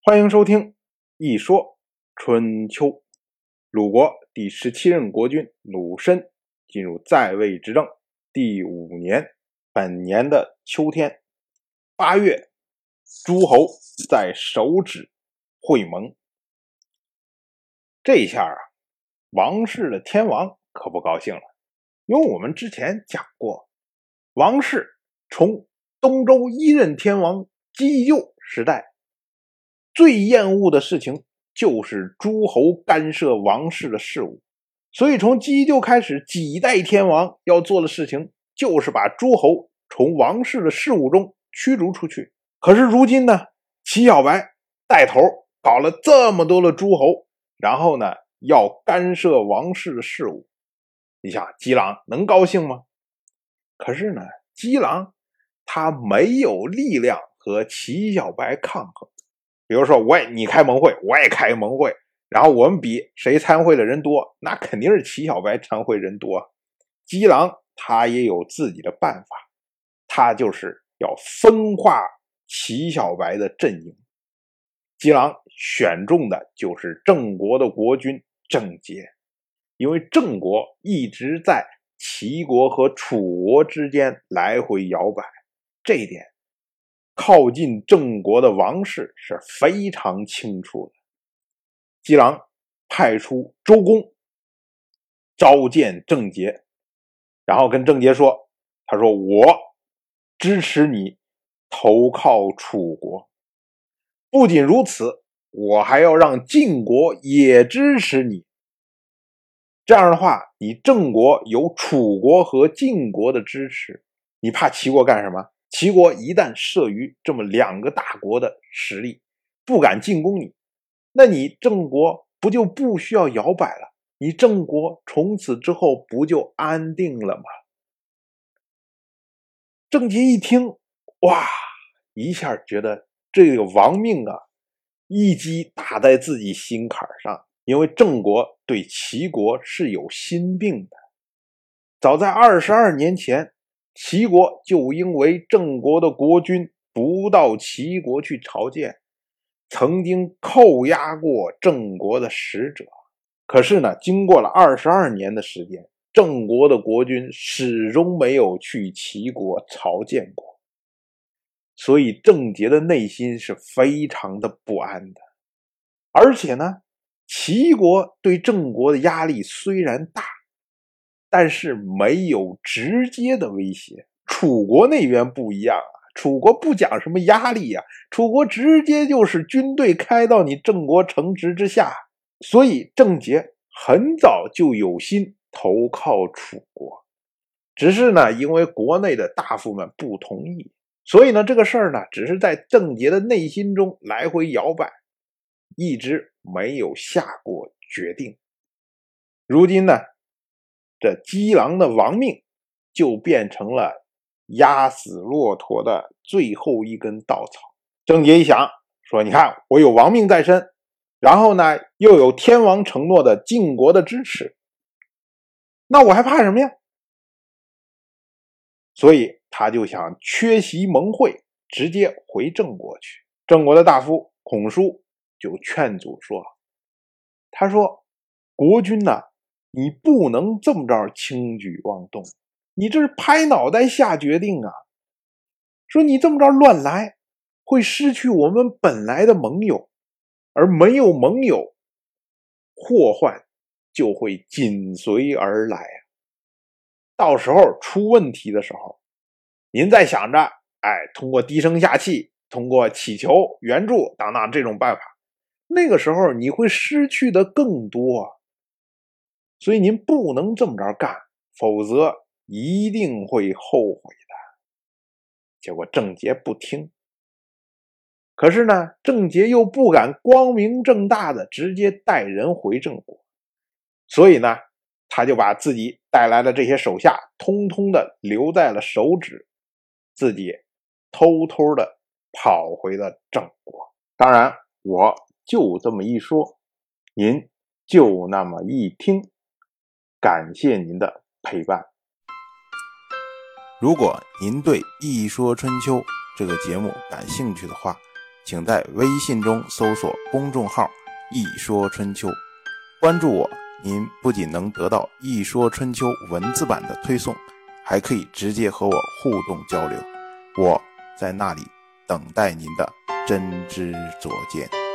欢迎收听《一说春秋》。鲁国第17任国君鲁申进入在位执政第5年，本年的秋天8月，诸侯在首止会盟。这一下王室的天王可不高兴了，因为我们之前讲过，王室从东周1任天王姬就时代最厌恶的事情就是诸侯干涉王室的事务，所以从姬就开始，几代天王要做的事情就是把诸侯从王室的事务中驱逐出去。可是如今呢，齐小白带头搞了这么多的诸侯，然后呢要干涉王室的事务，你想姬朗能高兴吗？可是呢，姬朗他没有力量和齐小白抗衡。比如说你开盟会，我也开盟会，然后我们比谁参会的人多，那肯定是齐小白参会人多。姬朗他也有自己的办法，他就是要分化齐小白的阵营。姬朗选中的就是郑国的国君郑杰，因为郑国一直在齐国和楚国之间来回摇摆，这一点靠近郑国的王室是非常清楚的。姬朗派出周公召见郑杰，然后跟郑杰说，他说我支持你投靠楚国，不仅如此，我还要让晋国也支持你。这样的话，你郑国有楚国和晋国的支持，你怕齐国干什么？齐国一旦慑于这么2个大国的实力，不敢进攻你，那你郑国不就不需要摇摆了？你郑国从此之后不就安定了吗？郑杰一听，哇，一下觉得这个亡命一击打在自己心坎上，因为郑国对齐国是有心病的。早在22年前，齐国就因为郑国的国君不到齐国去朝见，曾经扣押过郑国的使者。可是呢，经过了22年的时间，郑国的国君始终没有去齐国朝见过，所以郑杰的内心是非常的不安的。而且呢，齐国对郑国的压力虽然大，但是没有直接的威胁。楚国那边不一样楚国不讲什么压力楚国直接就是军队开到你郑国城池之下。所以郑杰很早就有心投靠楚国，只是呢，因为国内的大夫们不同意，所以呢，这个事儿呢，只是在郑杰的内心中来回摇摆，一直没有下过决定。如今呢，这姬朗的亡命就变成了压死骆驼的最后一根稻草。郑杰一想说，你看我有亡命在身，然后呢又有天王承诺的晋国的支持，那我还怕什么呀？所以他就想缺席盟会，直接回郑国去。郑国的大夫孔叔就劝阻说，他说国君你不能这么着轻举妄动，你这是拍脑袋下决定说你这么着乱来，会失去我们本来的盟友，而没有盟友，祸患就会紧随而来到时候出问题的时候，您再想着通过低声下气，通过祈求援助等等这种办法，那个时候你会失去的更多所以您不能这么着干，否则一定会后悔的。结果郑杰不听，可是呢，郑杰又不敢光明正大的直接带人回郑国，所以呢，他就把自己带来的这些手下通通的留在了首止，自己偷偷的跑回了郑国。当然我就这么一说，您就那么一听，感谢您的陪伴。 如果您对《一说春秋》这个节目感兴趣的话， 请在微信中搜索公众号一说春秋，关注我，您不仅能得到一说春秋文字版的推送，还可以直接和我互动交流，我在那里等待您的真知灼见。